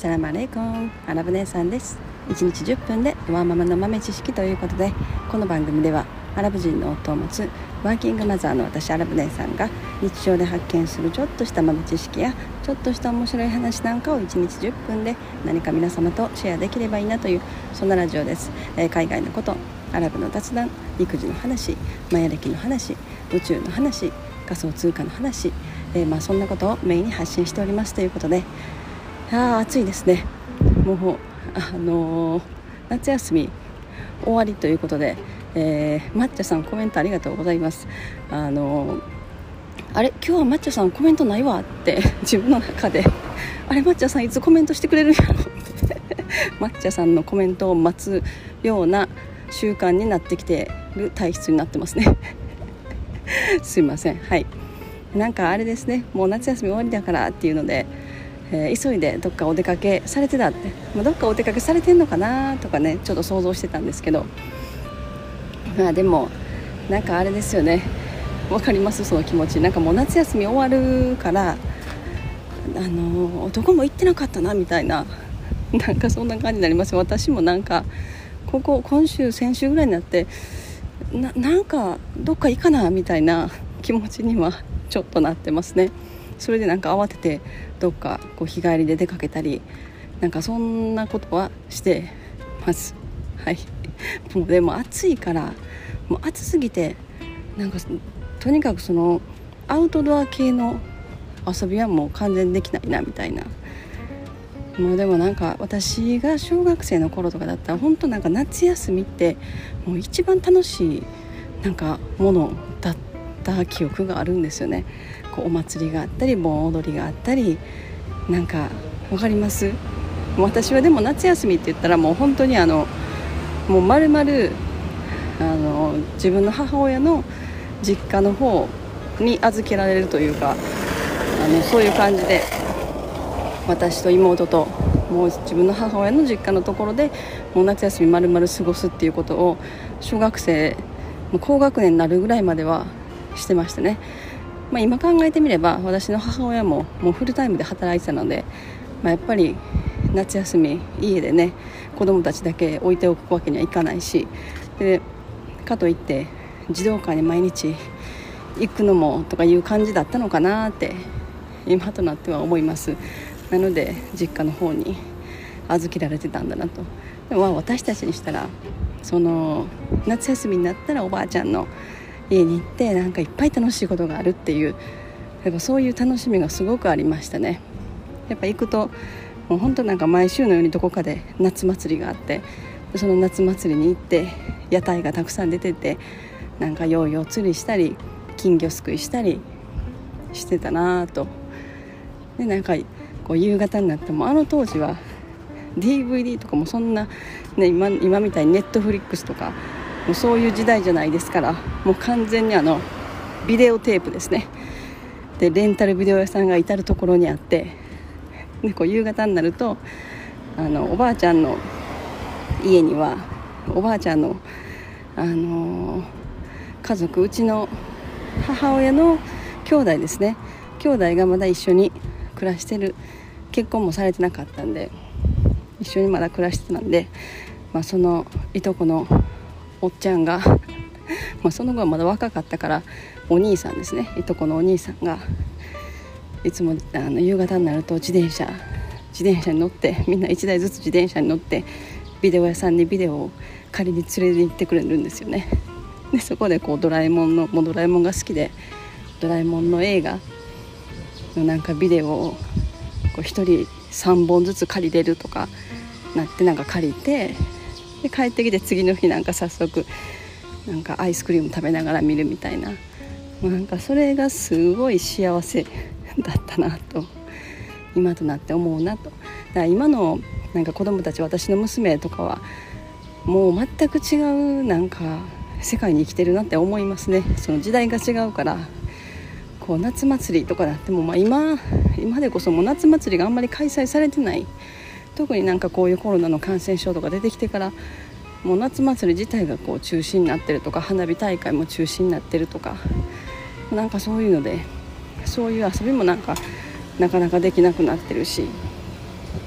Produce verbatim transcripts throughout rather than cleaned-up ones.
サラムアレイコン、アラブ姉さんです。いちにちじゅっぷんでワーママの豆知識ということで、この番組ではアラブ人の夫を持つワーキングマザーの私アラブ姉さんが日常で発見するちょっとした豆知識やちょっとした面白い話なんかをいちにちじゅっぷんで何か皆様とシェアできればいいなという、そんなラジオです。えー、海外のこと、アラブの雑談、育児の話、マヤ歴の話、宇宙の話、仮想通貨の話、えー、まあそんなことをメインに発信しておりますということで、あー暑いですね。もうあのー、夏休み終わりということで、えー、抹茶さんコメントありがとうございます。あのー、あれ今日は抹茶さんコメントないわって自分の中であれ抹茶さんいつコメントしてくれるんやろって抹茶さんのコメントを待つような習慣になってきてる体質になってますねすいません。はい、なんかあれですね、もう夏休み終わりだからっていうので、えー、急いでどっかお出かけされてたって、まあ、どっかお出かけされてんのかなとかね、ちょっと想像してたんですけど、まあでもなんかあれですよね、わかります、その気持ち。なんかもう夏休み終わるからあのー、どこも行ってなかったなみたいな、なんかそんな感じになります。私もなんかここ今週先週ぐらいになってな, なんかどっか行かなみたいな気持ちにはちょっとなってますね。それでなんか慌ててどっかこう日帰りで出かけたり、なんかそんなことはしてます。はい、もうでも暑いから、もう暑すぎてなんかとにかくそのアウトドア系の遊びはもう完全にできないなみたいな。もうでもなんか私が小学生の頃とかだったら本当なんか夏休みってもう一番楽しいなんかものだった記憶があるんですよね。こうお祭りがあったり盆踊りがあったり、なんかわかります。私はでも夏休みって言ったらもう本当にあのもう丸々あの自分の母親の実家の方に預けられるというか、あのそういう感じで私と妹ともう自分の母親の実家のところでもう夏休み丸々過ごすっていうことを小学生高学年になるぐらいまではしてましたね。まあ、今考えてみれば私の母親ももうフルタイムで働いてたので、まあ、やっぱり夏休み家でね子供たちだけ置いておくわけにはいかないし、でかといって児童館に毎日行くのもとかいう感じだったのかなって今となっては思います。なので実家の方に預けられてたんだなと。でも私たちにしたらその夏休みになったらおばあちゃんの家に行ってなんかいっぱい楽しいことがあるっていう、やっぱそういう楽しみがすごくありましたね。やっぱ行くともう本当なんか毎週のようにどこかで夏祭りがあって、その夏祭りに行って屋台がたくさん出てて、なんかヨーヨー釣りしたり金魚すくいしたりしてたなと。でなんかこう夕方になってもあの当時は ディーブイディー とかもそんな、ね、今, 今みたいにネットフリックスとかもうそういう時代じゃないですから、もう完全にあのビデオテープですね。でレンタルビデオ屋さんが至る所にあって、でこう夕方になるとあのおばあちゃんの家にはおばあちゃんの、あのー、家族、うちの母親の兄弟ですね、兄弟がまだ一緒に暮らしてる、結婚もされてなかったんで一緒にまだ暮らしてたんで、まあ、そのいとこのおっちゃんがまあその後はまだ若かったからお兄さんですね、いとこのお兄さんがいつもあの夕方になると自転車自転車に乗って、みんないちだいずつ自転車に乗ってビデオ屋さんにビデオを借りに連れて行ってくれるんですよね。でそこでこうドラえもんのもうドラえもんが好きで、ドラえもんの映画のなんかビデオをこうひとりさんぼんずつ借りれるとかなって、なんか借りて、で帰ってきて次の日なんか早速なんかアイスクリーム食べながら見るみたいな、なんかそれがすごい幸せだったなと今となって思うなと。だから今のなんか子供たち、私の娘とかはもう全く違うなんか世界に生きてるなって思いますね。その時代が違うから、こう夏祭りとかだっても、まあ、今今でこそもう夏祭りがあんまり開催されてない、特になんかこういうコロナの感染症とか出てきてからもう夏祭り自体がこう中止になってるとか、花火大会も中止になってるとか、なんかそういうのでそういう遊びもなんかなかなかできなくなってるし、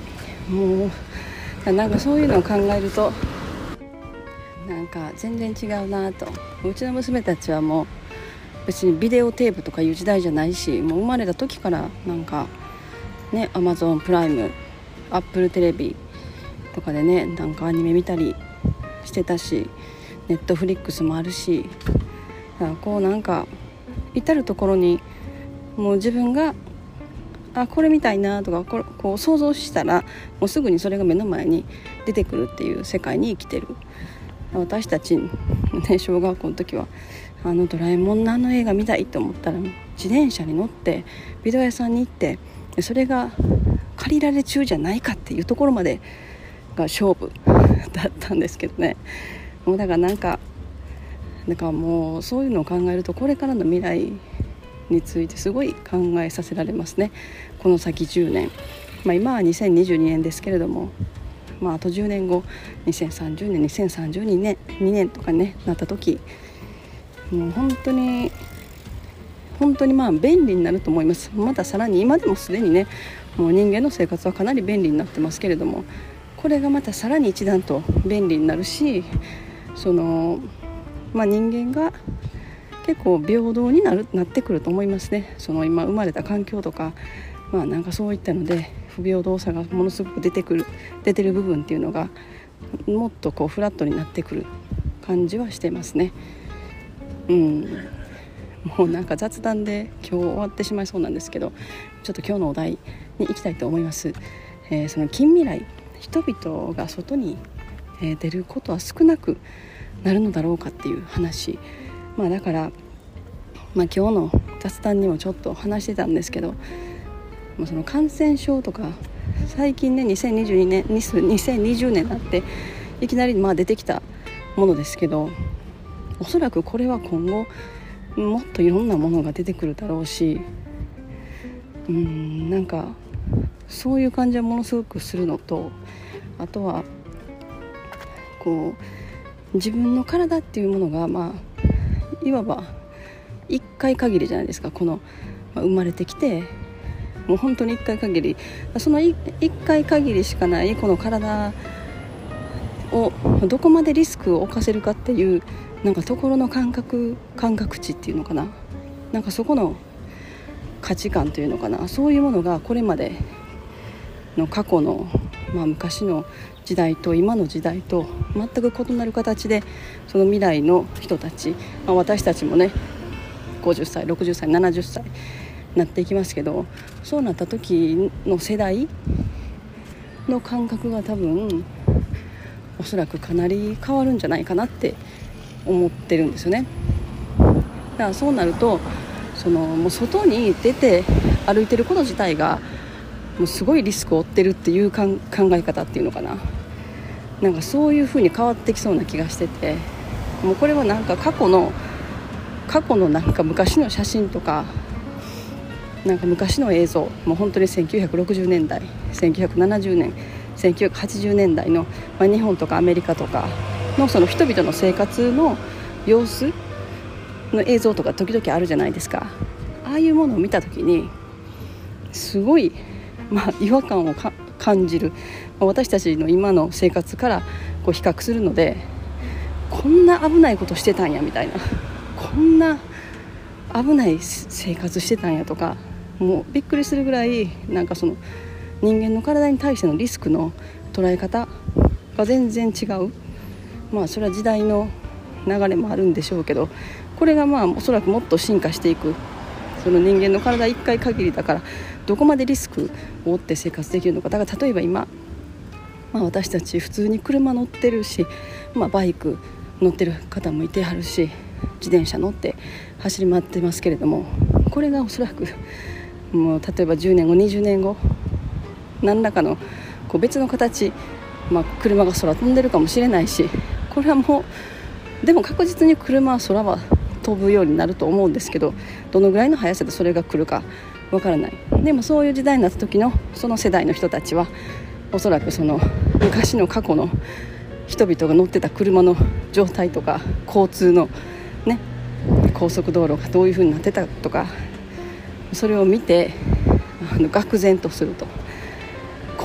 もうなんかそういうのを考えるとなんか全然違うなと。うちの娘たちはもう別にビデオテープとかいう時代じゃないし、もう生まれた時からなんかね、アマゾンプライム、アップルテレビとかでね、なんかアニメ見たりしてたし、ネットフリックスもあるし、だからこうなんか至るところにもう自分があこれみたいなとかこれこう想像したらもうすぐにそれが目の前に出てくるっていう世界に生きてる。私たち、ね、小学校の時はあのドラえもんのあの映画見たいと思ったら自転車に乗ってビデオ屋さんに行ってそれが借りられ中じゃないかっていうところまでが勝負だったんですけどね。もうだからなんかだからもうそういうのを考えるとこれからの未来についてすごい考えさせられますね。この先じゅうねん、まあ、今はにせんにじゅうにねんですけれども、まあ、あとじゅうねんごにせんさんじゅうねんにせんさんじゅうにねんにねんとかねなった時、もう本当に本当にまあ便利になると思います。またさらに今でもすでにねもう人間の生活はかなり便利になってますけれども、これがまたさらに一段と便利になるし、その、まあ、人間が結構平等になるなってくると思いますね。その今生まれた環境とか、まあ、なんかそういったので不平等さがものすごく出てくる出てる部分っていうのがもっとこうフラットになってくる感じはしてますね。うん、もうなんか雑談で今日終わってしまいそうなんですけど、ちょっと今日のお題に行きたいと思います。えー、その近未来、人々が外に出ることは少なくなるのだろうかっていう話、まあだから、まあ、今日の雑談にもちょっと話してたんですけど、まあ、その感染症とか最近ねにせんにじゅうにねんにせんにじゅうねんになっていきなりまあ出てきたものですけど、おそらくこれは今後もっといろんなものが出てくるだろうし、うーんなんかそういう感じはものすごくするのと、あとはこう自分の体っていうものがまあいわば一回限りじゃないですか。この、まあ、生まれてきてもう本当に一回限り、その一回限りしかないこの体をどこまでリスクを冒せるかっていうなんかところの感覚感覚値っていうのかな、なんかそこの価値観というのかな、そういうものがこれまでの過去の、まあ、昔の時代と今の時代と全く異なる形でその未来の人たち、まあ、私たちもねごじゅっさいろくじゅっさいななじゅっさいなっていきますけど、そうなった時の世代の感覚が多分おそらくかなり変わるんじゃないかなって思ってるんですよね。だからそうなるとそのもう外に出て歩いてること自体がもうすごいリスクを負ってるっていうかん考え方っていうのかな、なんかそういう風に変わってきそうな気がしてて、もうこれはなんか過去の過去のなんか昔の写真とかなんか昔の映像、もう本当にせんきゅうひゃくろくじゅうねんだいせんきゅうひゃくななじゅうねんせんきゅうひゃくはちじゅうねんだいの、まあ、日本とかアメリカとかのその人々の生活の様子の映像とか時々あるじゃないですか。ああいうものを見た時にすごい、まあ、違和感をか感じる、まあ、私たちの今の生活からこう比較するので、こんな危ないことしてたんやみたいな、こんな危ない生活してたんやとか、もうびっくりするぐらいなんかその人間の体に対してのリスクの捉え方が全然違う。まあそれは時代の流れもあるんでしょうけど、これがまあおそらくもっと進化していく。その人間の体いっかい限りだからどこまでリスクを負って生活できるのか。だから例えば今、まあ、私たち普通に車乗ってるし、まあ、バイク乗ってる方もいてはるし、自転車乗って走り回ってますけれども、これがおそらくもう例えばじゅうねんごにじゅうねんご何らかのこう別の形、まあ、車が空飛んでるかもしれないし、これはもうでも確実に車は空は飛ぶようになると思うんですけど、どのぐらいの速さでそれが来るかわからない。でもそういう時代になった時のその世代の人たちはおそらくその昔の過去の人々が乗ってた車の状態とか交通のね高速道路がどういう風になってたとか、それを見てあの愕然とすると、こ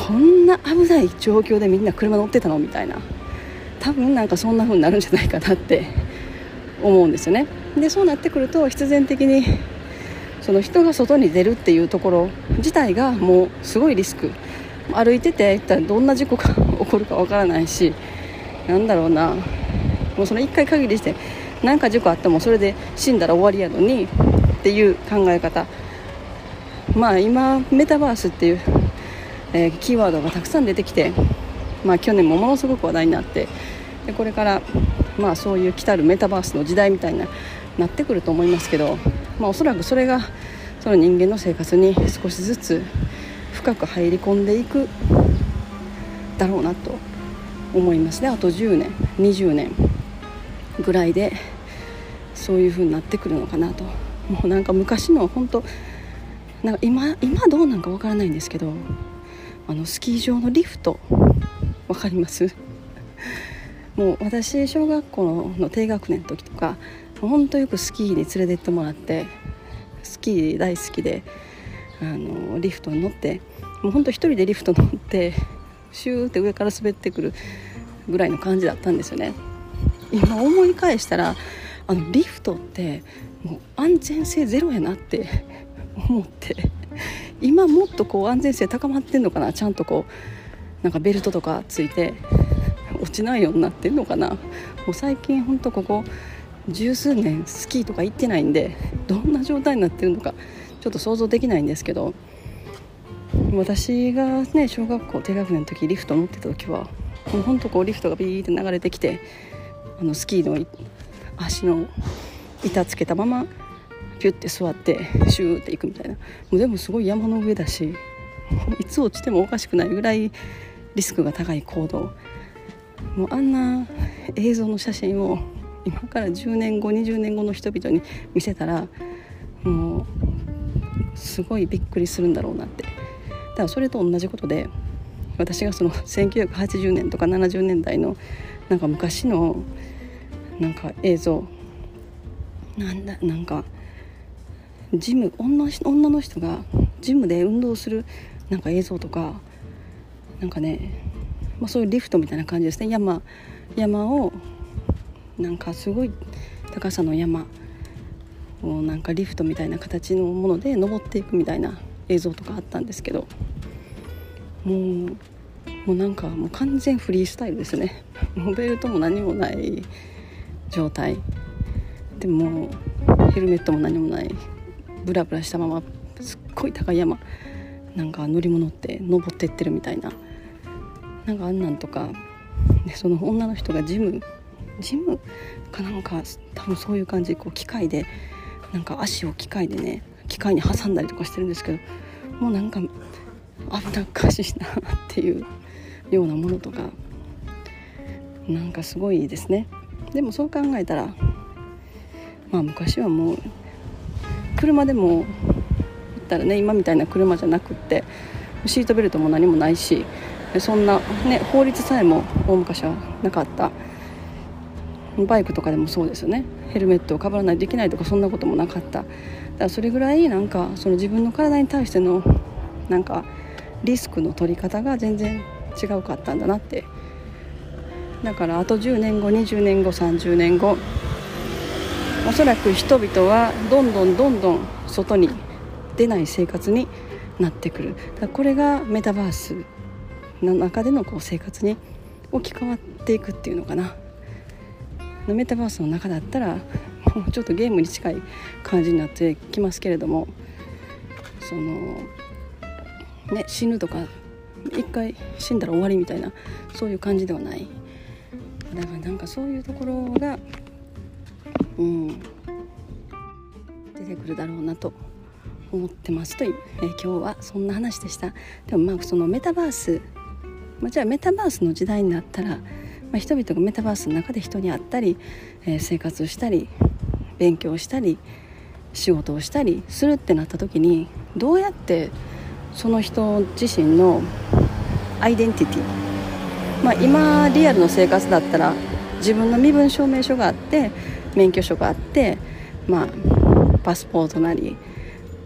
こんな危ない状況でみんな車乗ってたのみたいな、多分なんかそんな風になるんじゃないかなって思うんですよね。でそうなってくると必然的にその人が外に出るっていうところ自体がもうすごいリスク、歩いてて一体どんな事故が起こるかわからないし、なんだろうな、もうそのいっかい限りして何か事故あってもそれで死んだら終わりやのにっていう考え方。まあ今メタバースっていう、えー、キーワードがたくさん出てきて、まあ去年もものすごく話題になって、でこれからまあそういう来たるメタバースの時代みたいななってくると思いますけど、まあ、おそらくそれがその人間の生活に少しずつ深く入り込んでいくだろうなと思いますね。あとじゅうねんにじゅうねんぐらいでそういう風になってくるのかなと。もうなんか昔の本当なんか 今, 今どうなんかわからないんですけど、あのスキー場のリフトわかりますもう私小学校の低学年の時とか本当よくスキーに連れて行ってもらって、スキー大好きであのリフトに乗って、もう本当一人でリフト乗ってシューって上から滑ってくるぐらいの感じだったんですよね。今思い返したらあのリフトってもう安全性ゼロやなって思って、今もっとこう安全性高まってんのかな、ちゃんとこうなんかベルトとかついて落ちないようになってんのかな。もう最近本当ここ十数年スキーとか行ってないんでどんな状態になってるのかちょっと想像できないんですけど、私がね小学校低学年の時リフト乗ってた時はもう本当こうリフトがビーって流れてきて、あのスキーの足の板つけたままピュッて座ってシューっていくみたいな、もうでもすごい山の上だしいつ落ちてもおかしくないぐらいリスクが高い行動、もうあんな映像の写真を今からじゅうねんごにじゅうねんごの人々に見せたらもうすごいびっくりするんだろうなって。だからそれと同じことで、私がそのせんきゅうひゃくはちじゅうねんとかななじゅうねんだいのなんか昔のなんか映像なんだなんかジム 女, 女の人がジムで運動するなんか映像とかなんかね、まあ、そういうリフトみたいな感じですね。山山をなんかすごい高さの山をなんかリフトみたいな形のもので登っていくみたいな映像とかあったんですけど、もうもうなんかもう完全フリースタイルですね。もうベルトも何もない状態でもヘルメットも何もないブラブラしたまますっごい高い山なんか乗り物って登ってってるみたいな、なんかあんなんとかで、その女の人がジムジムかなんか多分そういう感じでこう機械でなんか足を機械でね機械に挟んだりとかしてるんですけど、もうなんか危なっかしいなっていうようなものとかなんかすごいですね。でもそう考えたらまあ昔はもう車でも言ったらね今みたいな車じゃなくってシートベルトも何もないし、そんなね法律さえも大昔はなかった。バイクとかでもそうですよね。ヘルメットをかぶらないといけないとかそんなこともなかった。だからそれぐらいなんかその自分の体に対してのなんかリスクの取り方が全然違うかったんだなって。だからあとじゅうねんごにじゅうねんごさんじゅうねんごおそらく人々はどんどんどんどん外に出ない生活になってくる。だからこれがメタバースの中でのこう生活に置き換わっていくっていうのかな。メタバースの中だったらもうちょっとゲームに近い感じになってきますけれども、そのね死ぬとか一回死んだら終わりみたいなそういう感じではない。だからなんかそういうところがうん出てくるだろうなと思ってますという、えー、今日はそんな話でした。でもまあそのメタバース、まあ、じゃあメタバースの時代になったら、まあ、人々がメタバースの中で人に会ったり、えー、生活をしたり勉強したり仕事をしたりするってなった時にどうやってその人自身のアイデンティティ、まあ、今リアルの生活だったら自分の身分証明書があって免許証があって、まあ、パスポートなり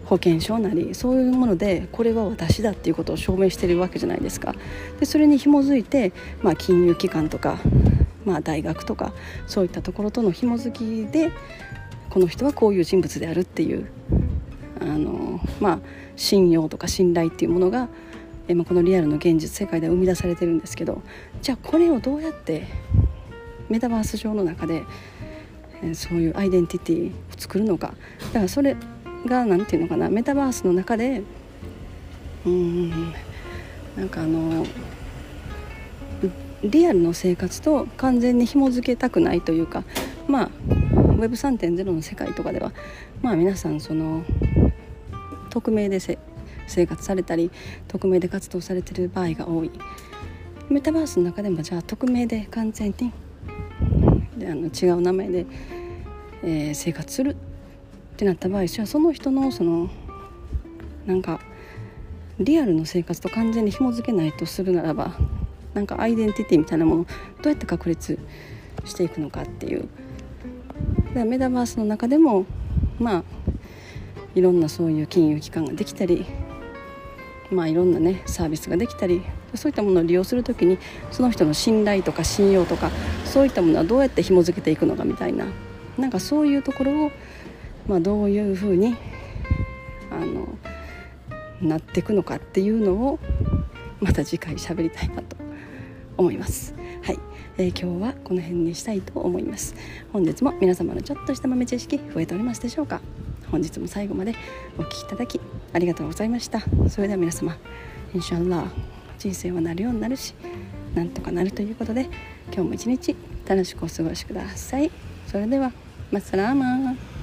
保険証なりそういうものでこれは私だっていうことを証明しているわけじゃないですか。でそれに紐づいて、まあ、金融機関とか、まあ、大学とかそういったところとの紐づきでこの人はこういう人物であるっていうあの、まあ、信用とか信頼っていうものがえまあこのリアルの現実世界では生み出されてるんですけど、じゃあこれをどうやってメタバース上の中でえそういうアイデンティティを作るのか。だからそれがなんていうのかな、メタバースの中でうーんなんかあのリアルの生活と完全に紐づけたくないというか、まあ ウェブさんてんゼロ の世界とかではまあ皆さんその匿名でせ生活されたり匿名で活動されている場合が多い。メタバースの中でもじゃあ匿名で完全にであの違う名前で、えー、生活するってなった場合、じゃあその人のそのなんかリアルの生活と完全に紐づけないとするならば、なんかアイデンティティみたいなものをどうやって確立していくのかっていう。だからメタバースの中でもまあいろんなそういう金融機関ができたり、まあいろんなねサービスができたり、そういったものを利用するときにその人の信頼とか信用とかそういったものはどうやって紐づけていくのかみたいな、なんかそういうところを、まあ、どういうふうにあのなっていくのかっていうのをまた次回喋りたいなと思います。はい、えー、今日はこの辺にしたいと思います。本日も皆様のちょっとした豆知識増えておりますでしょうか。本日も最後までお聞きいただきありがとうございました。それでは皆様インシャアラー人生はなるようになるしなんとかなるということで、今日も一日楽しくお過ごしください。それではマッサラーマー。